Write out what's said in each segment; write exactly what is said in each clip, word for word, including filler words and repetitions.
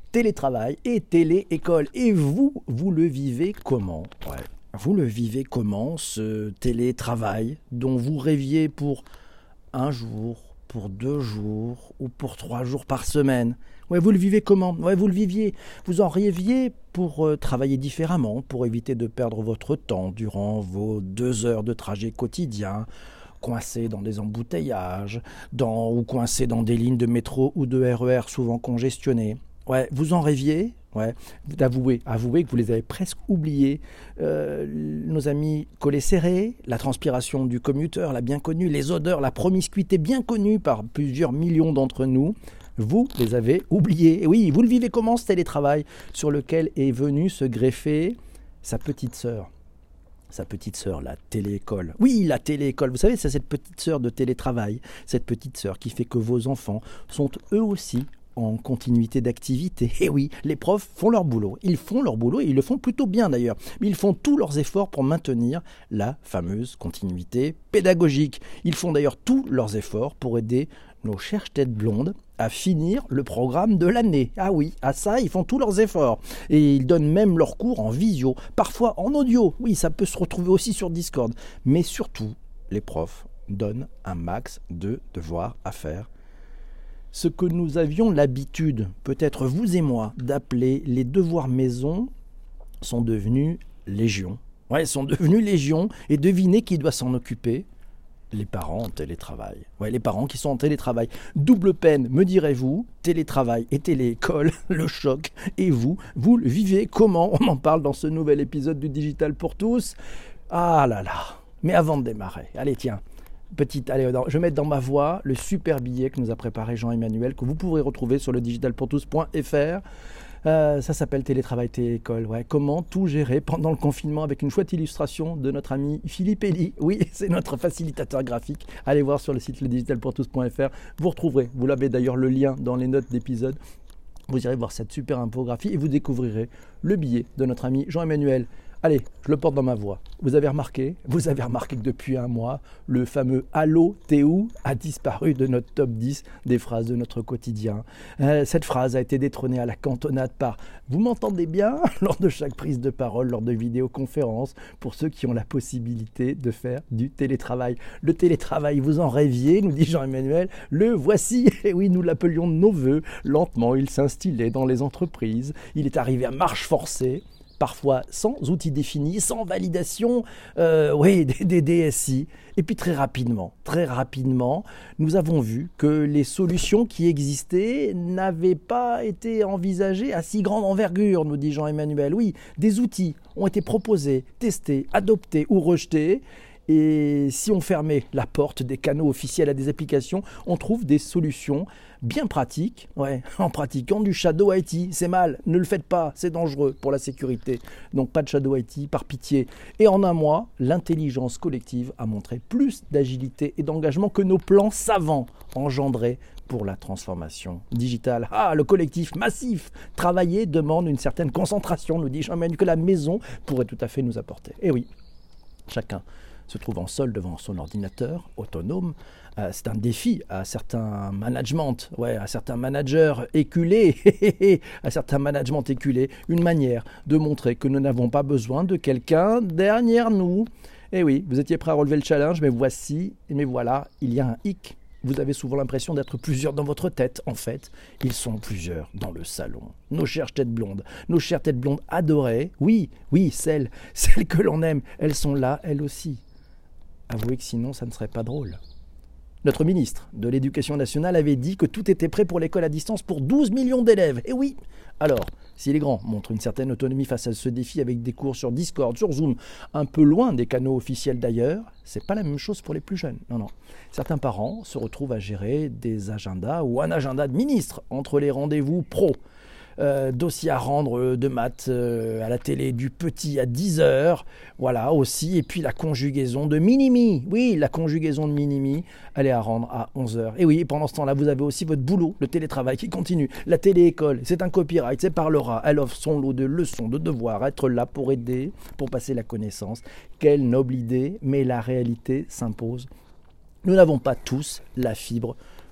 télétravail et télé-école. Et vous, vous le vivez comment ? Ouais. Vous le vivez comment, ce télétravail dont vous rêviez pour un jour, pour deux jours ou pour trois jours par semaine ? Ouais, vous le vivez comment ? Ouais, vous le viviez. Vous en rêviez pour euh, travailler différemment, pour éviter de perdre votre temps durant vos deux heures de trajet quotidien, coincé dans des embouteillages, dans, ou coincé dans des lignes de métro ou de R E R souvent congestionnées. Ouais, vous en rêviez ? Ouais, avouez, avouez que vous les avez presque oubliés. Euh, nos amis collés serrés, la transpiration du commuteur, la bien connue, les odeurs, la promiscuité bien connue par plusieurs millions d'entre nous. Vous les avez oubliés. Et oui, vous le vivez comment, ce télétravail sur lequel est venue se greffer sa petite sœur. Sa petite sœur, la télé-école. Oui, la télé-école. Vous savez, c'est cette petite sœur de télétravail, cette petite sœur qui fait que vos enfants sont eux aussi en continuité d'activité. Et oui, les profs font leur boulot. Ils font leur boulot et ils le font plutôt bien d'ailleurs. Mais ils font tous leurs efforts pour maintenir la fameuse continuité pédagogique. Ils font d'ailleurs tous leurs efforts pour aider nos chères têtes blondes à finir le programme de l'année. Ah oui, à ça, ils font tous leurs efforts. Et ils donnent même leurs cours en visio, parfois en audio. Oui, ça peut se retrouver aussi sur Discord. Mais surtout, les profs donnent un max de devoirs à faire. Ce que nous avions l'habitude, peut-être vous et moi, d'appeler les devoirs maison, sont devenus légion. Ouais, sont devenus légion. Et devinez qui doit s'en occuper ? Les parents en télétravail. Ouais, les parents qui sont en télétravail. Double peine, me direz-vous, télétravail et télé-école, le choc. Et vous, vous le vivez comment ? On en parle dans ce nouvel épisode du Digital pour tous. Ah là là. Mais avant de démarrer, allez tiens, petite, allez, je vais mettre dans ma voix le super billet que nous a préparé Jean-Emmanuel, que vous pourrez retrouver sur le digital pour tous point f r. Euh, ça s'appelle Télétravail, Télé-école. Ouais. Comment tout gérer pendant le confinement avec une chouette illustration de notre ami Philippe Elie. Oui, c'est notre facilitateur graphique. Allez voir sur le site le digital pour tous point f r. Vous retrouverez, vous l'avez d'ailleurs le lien dans les notes d'épisode. Vous irez voir cette super infographie et vous découvrirez le billet de notre ami Jean-Emmanuel. Allez, je le porte dans ma voix. Vous avez remarqué, vous avez remarqué que depuis un mois, le fameux « Allô, t'es où ?» a disparu de notre top dix des phrases de notre quotidien. Euh, cette phrase a été détrônée à la cantonade par « Vous m'entendez bien ?» lors de chaque prise de parole, lors de vidéoconférences, pour ceux qui ont la possibilité de faire du télétravail. Le télétravail, vous en rêviez, nous dit Jean-Emmanuel, le voici. Et oui, nous l'appelions de nos voeux. Lentement, il s'instillait dans les entreprises. Il est arrivé à marche forcée. Parfois sans outils définis, sans validation euh, oui, des, des D S I. Et puis très rapidement, très rapidement, nous avons vu que les solutions qui existaient n'avaient pas été envisagées à si grande envergure, nous dit Jean-Emmanuel. Oui, des outils ont été proposés, testés, adoptés ou rejetés. Et si on fermait la porte des canaux officiels à des applications, on trouve des solutions bien pratiques. Ouais, en pratiquant du Shadow I T, c'est mal, ne le faites pas, c'est dangereux pour la sécurité. Donc pas de Shadow I T, par pitié. Et en un mois, l'intelligence collective a montré plus d'agilité et d'engagement que nos plans savants engendrés pour la transformation digitale. Ah, le collectif massif travailler demande une certaine concentration, nous dit Jean-Emmanuel, que la maison pourrait tout à fait nous apporter. Et oui, chacun se trouvant seul devant son ordinateur, autonome, euh, c'est un défi à certains management, ouais, à certains managers éculés, à certains managements éculés, une manière de montrer que nous n'avons pas besoin de quelqu'un derrière nous. Et oui, vous étiez prêt à relever le challenge, mais voici, mais voilà, il y a un hic. Vous avez souvent l'impression d'être plusieurs dans votre tête. En fait, ils sont plusieurs dans le salon. Nos chères têtes blondes, nos chères têtes blondes adorées, oui, oui, celles, celles que l'on aime, elles sont là, elles aussi. Avouez que sinon, ça ne serait pas drôle. Notre ministre de l'Éducation nationale avait dit que tout était prêt pour l'école à distance pour douze millions d'élèves. Et oui, alors, si les grands montrent une certaine autonomie face à ce défi avec des cours sur Discord, sur Zoom, un peu loin des canaux officiels d'ailleurs, c'est pas la même chose pour les plus jeunes. Non, non. Certains parents se retrouvent à gérer des agendas ou un agenda de ministre entre les rendez-vous pro. Euh, dossier à rendre de maths euh, à la télé du petit à dix heures, voilà aussi, et puis la conjugaison de minimi, oui, la conjugaison de minimi, elle est à rendre à onze heures. Et oui, pendant ce temps-là, vous avez aussi votre boulot, le télétravail qui continue, la télé-école, c'est un copyright, c'est par l'aura, elle offre son lot de leçons, de devoirs, être là pour aider, pour passer la connaissance. Quelle noble idée, mais la réalité s'impose. Nous n'avons pas tous la fibre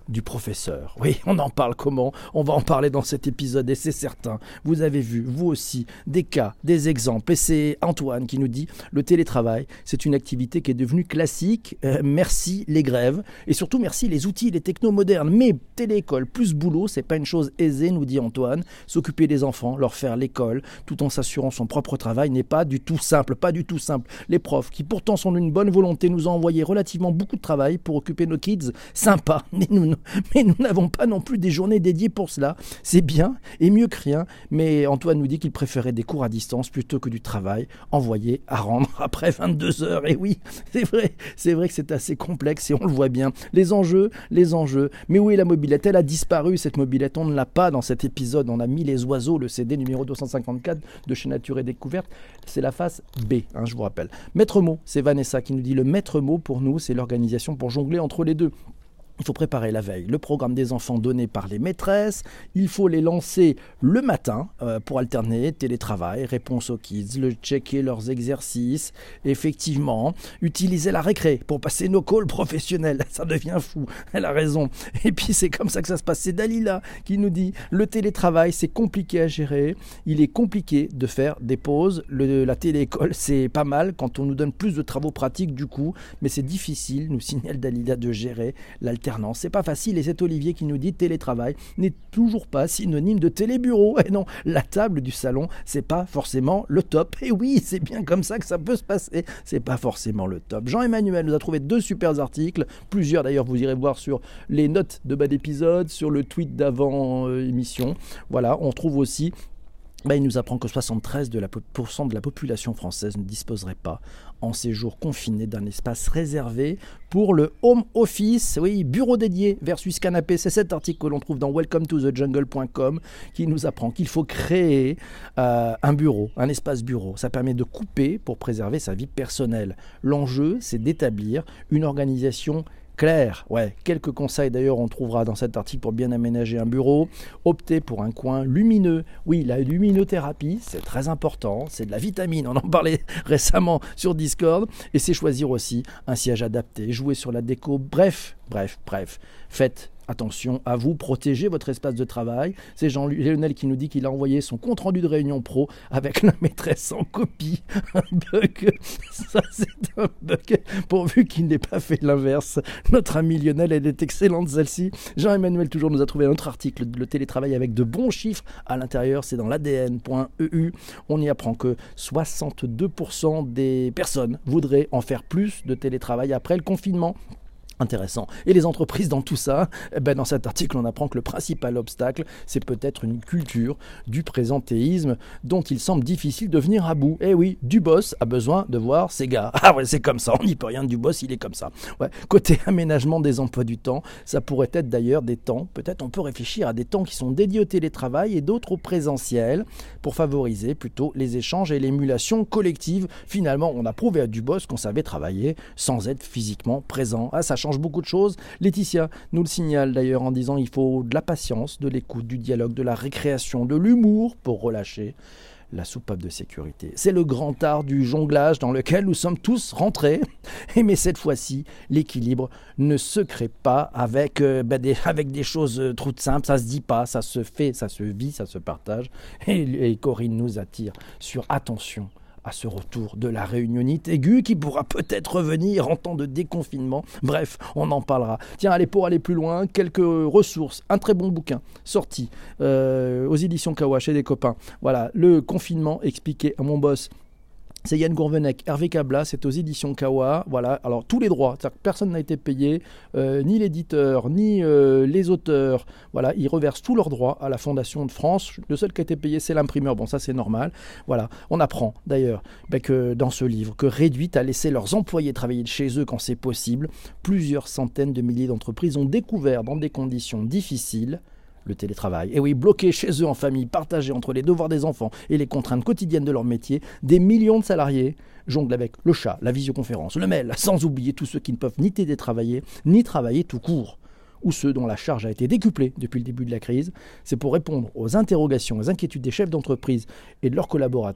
du professeur. Oui, on en parle comment ? On va en parler dans cet épisode et c'est certain. Vous avez vu, vous aussi, des cas, des exemples. Et c'est Antoine qui nous dit « Le télétravail, c'est une activité qui est devenue classique. Euh, merci les grèves et surtout merci les outils, les technos modernes. Mais téléécole plus boulot, c'est pas une chose aisée, nous dit Antoine. S'occuper des enfants, leur faire l'école, tout en s'assurant son propre travail n'est pas du tout simple, pas du tout simple. Les profs, qui pourtant sont d'une bonne volonté, nous ont envoyé relativement beaucoup de travail pour occuper nos kids. Sympa, mais nous Mais nous n'avons pas non plus des journées dédiées pour cela. C'est bien et mieux que rien. Mais Antoine nous dit qu'il préférait des cours à distance plutôt que du travail envoyé à rendre après vingt-deux heures. Et oui, c'est vrai, c'est vrai que c'est assez complexe et on le voit bien. Les enjeux, les enjeux. Mais où est la mobilette ? Elle a disparu, cette mobilette. On ne l'a pas dans cet épisode. On a mis les oiseaux, le C D numéro deux cent cinquante-quatre de chez Nature et Découverte. C'est la face B, hein, je vous rappelle. Maître mot, c'est Vanessa qui nous dit le maître mot pour nous, c'est l'organisation pour jongler entre les deux. Il faut préparer la veille le programme des enfants donné par les maîtresses. Il faut les lancer le matin euh, pour alterner télétravail, réponse aux kids, le checker leurs exercices. Effectivement, utiliser la récré pour passer nos calls professionnels. Ça devient fou, elle a raison. Et puis c'est comme ça que ça se passe. C'est Dalila qui nous dit le télétravail, c'est compliqué à gérer. Il est compliqué de faire des pauses. Le, la téléécole, c'est pas mal quand on nous donne plus de travaux pratiques du coup. Mais c'est difficile, nous signale Dalila, de gérer l'alternance. C'est pas facile et c'est Olivier qui nous dit télétravail n'est toujours pas synonyme de télébureau. Et non, la table du salon, c'est pas forcément le top. Et oui, c'est bien comme ça que ça peut se passer. C'est pas forcément le top. Jean-Emmanuel nous a trouvé deux super articles, plusieurs d'ailleurs, vous irez voir sur les notes de bas d'épisode, sur le tweet d'avant euh, émission. Voilà, on trouve aussi. Ben, il nous apprend que soixante-treize pour cent de la population française ne disposerait pas en séjour confiné d'un espace réservé pour le home office. Oui, bureau dédié versus canapé. C'est cet article que l'on trouve dans welcome to the jungle point com qui nous apprend qu'il faut créer euh, un bureau, un espace bureau. Ça permet de couper pour préserver sa vie personnelle. L'enjeu, c'est d'établir une organisation clair, ouais, quelques conseils d'ailleurs on trouvera dans cet article pour bien aménager un bureau. Optez pour un coin lumineux. Oui, la luminothérapie, c'est très important, c'est de la vitamine, on en parlait récemment sur Discord. Et c'est choisir aussi un siège adapté, jouer sur la déco, bref, bref, bref. Faites attention à vous, protégez votre espace de travail. C'est Jean-Lionel qui nous dit qu'il a envoyé son compte-rendu de réunion pro avec la maîtresse en copie. Un bug, ça c'est un bug, pourvu qu'il n'ait pas fait l'inverse. Notre ami Lionel, elle est excellente celle-ci. Jean-Emmanuel toujours nous a trouvé un autre article, le télétravail avec de bons chiffres à l'intérieur, c'est dans l'A D N point E U. On y apprend que soixante-deux pour cent des personnes voudraient en faire plus de télétravail après le confinement. Intéressant. Et les entreprises dans tout ça, eh ben dans cet article, on apprend que le principal obstacle, c'est peut-être une culture du présentéisme dont il semble difficile de venir à bout. Eh oui, du boss a besoin de voir ses gars. Ah ouais, c'est comme ça, on n'y peut rien, du boss, il est comme ça. Ouais. Côté aménagement des emplois du temps, ça pourrait être d'ailleurs des temps, peut-être on peut réfléchir à des temps qui sont dédiés au télétravail et d'autres au présentiel pour favoriser plutôt les échanges et l'émulation collective. Finalement, on a prouvé à du boss qu'on savait travailler sans être physiquement présent. Ah, ça change beaucoup de choses. Laetitia nous le signale d'ailleurs en disant il faut de la patience, de l'écoute, du dialogue, de la récréation, de l'humour pour relâcher la soupape de sécurité. C'est le grand art du jonglage dans lequel nous sommes tous rentrés. Et mais cette fois-ci, l'équilibre ne se crée pas avec, euh, bah des, avec des choses euh, trop simples. Ça se dit pas, ça se fait, ça se vit, ça se partage. Et, et Corinne nous attire sur attention à ce retour de la réunionnite aiguë qui pourra peut-être revenir en temps de déconfinement. Bref, on en parlera. Tiens, allez, pour aller plus loin, quelques ressources. Un très bon bouquin sorti euh, aux éditions Kawa chez des copains. Voilà, le confinement expliqué à mon boss. C'est Yann Gourvenec, Hervé Cabla, c'est aux éditions Kawa. Voilà, alors tous les droits, c'est-à-dire que personne n'a été payé, euh, ni l'éditeur, ni euh, les auteurs. Voilà, ils reversent tous leurs droits à la Fondation de France. Le seul qui a été payé, c'est l'imprimeur. Bon, ça c'est normal. Voilà, on apprend d'ailleurs ben, que dans ce livre que Réduit à laisser leurs employés travailler de chez eux quand c'est possible, plusieurs centaines de milliers d'entreprises ont découvert dans des conditions difficiles le télétravail. Et oui, bloqués chez eux en famille, partagés entre les devoirs des enfants et les contraintes quotidiennes de leur métier, des millions de salariés jonglent avec le chat, la visioconférence, le mail, sans oublier tous ceux qui ne peuvent ni télétravailler, ni travailler tout court, ou ceux dont la charge a été décuplée depuis le début de la crise. C'est pour répondre aux interrogations, aux inquiétudes des chefs d'entreprise et de leurs collaborateurs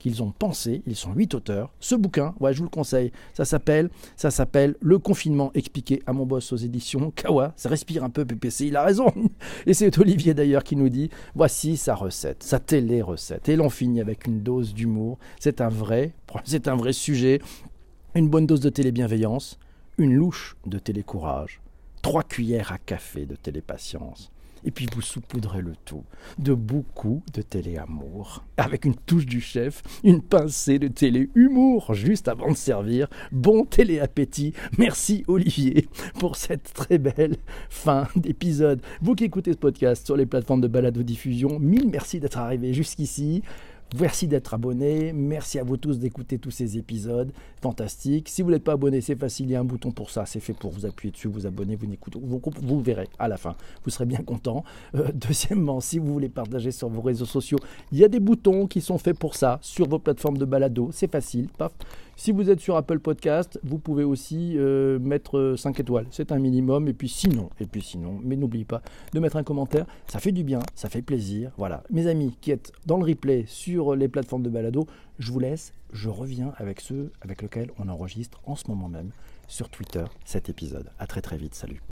qu'ils ont pensé. Ils sont huit auteurs. Ce bouquin, ouais, je vous le conseille, ça s'appelle, ça s'appelle Le confinement expliqué à mon boss aux éditions Kawa. Ça respire un peu P P C, il a raison. Et c'est Olivier d'ailleurs qui nous dit, voici sa recette, sa télé-recette. Et l'on finit avec une dose d'humour. C'est un vrai, c'est un vrai sujet. Une bonne dose de télé-bienveillance, une louche de télé-courage, trois cuillères à café de télé-patience. Et puis vous saupoudrez le tout de beaucoup de télé-amour, avec une touche du chef, une pincée de télé-humour juste avant de servir. Bon télé-appétit. Merci Olivier pour cette très belle fin d'épisode. Vous qui écoutez ce podcast sur les plateformes de balado-diffusion, mille merci d'être arrivé jusqu'ici. Merci d'être abonné, merci à vous tous d'écouter tous ces épisodes fantastiques. Si vous n'êtes pas abonné, c'est facile, il y a un bouton pour ça, c'est fait pour vous appuyer dessus, vous abonner, vous écoutez, vous, vous verrez à la fin, vous serez bien content. Euh, deuxièmement, si vous voulez partager sur vos réseaux sociaux, il y a des boutons qui sont faits pour ça, sur vos plateformes de balado, c'est facile, paf. Si vous êtes sur Apple Podcast, vous pouvez aussi euh, mettre cinq étoiles, c'est un minimum, et puis sinon, et puis sinon, mais n'oubliez pas de mettre un commentaire, ça fait du bien, ça fait plaisir, voilà. Mes amis qui êtes dans le replay sur les plateformes de balado, je vous laisse, je reviens avec ceux avec lesquels on enregistre en ce moment même sur Twitter cet épisode. À très très vite, salut.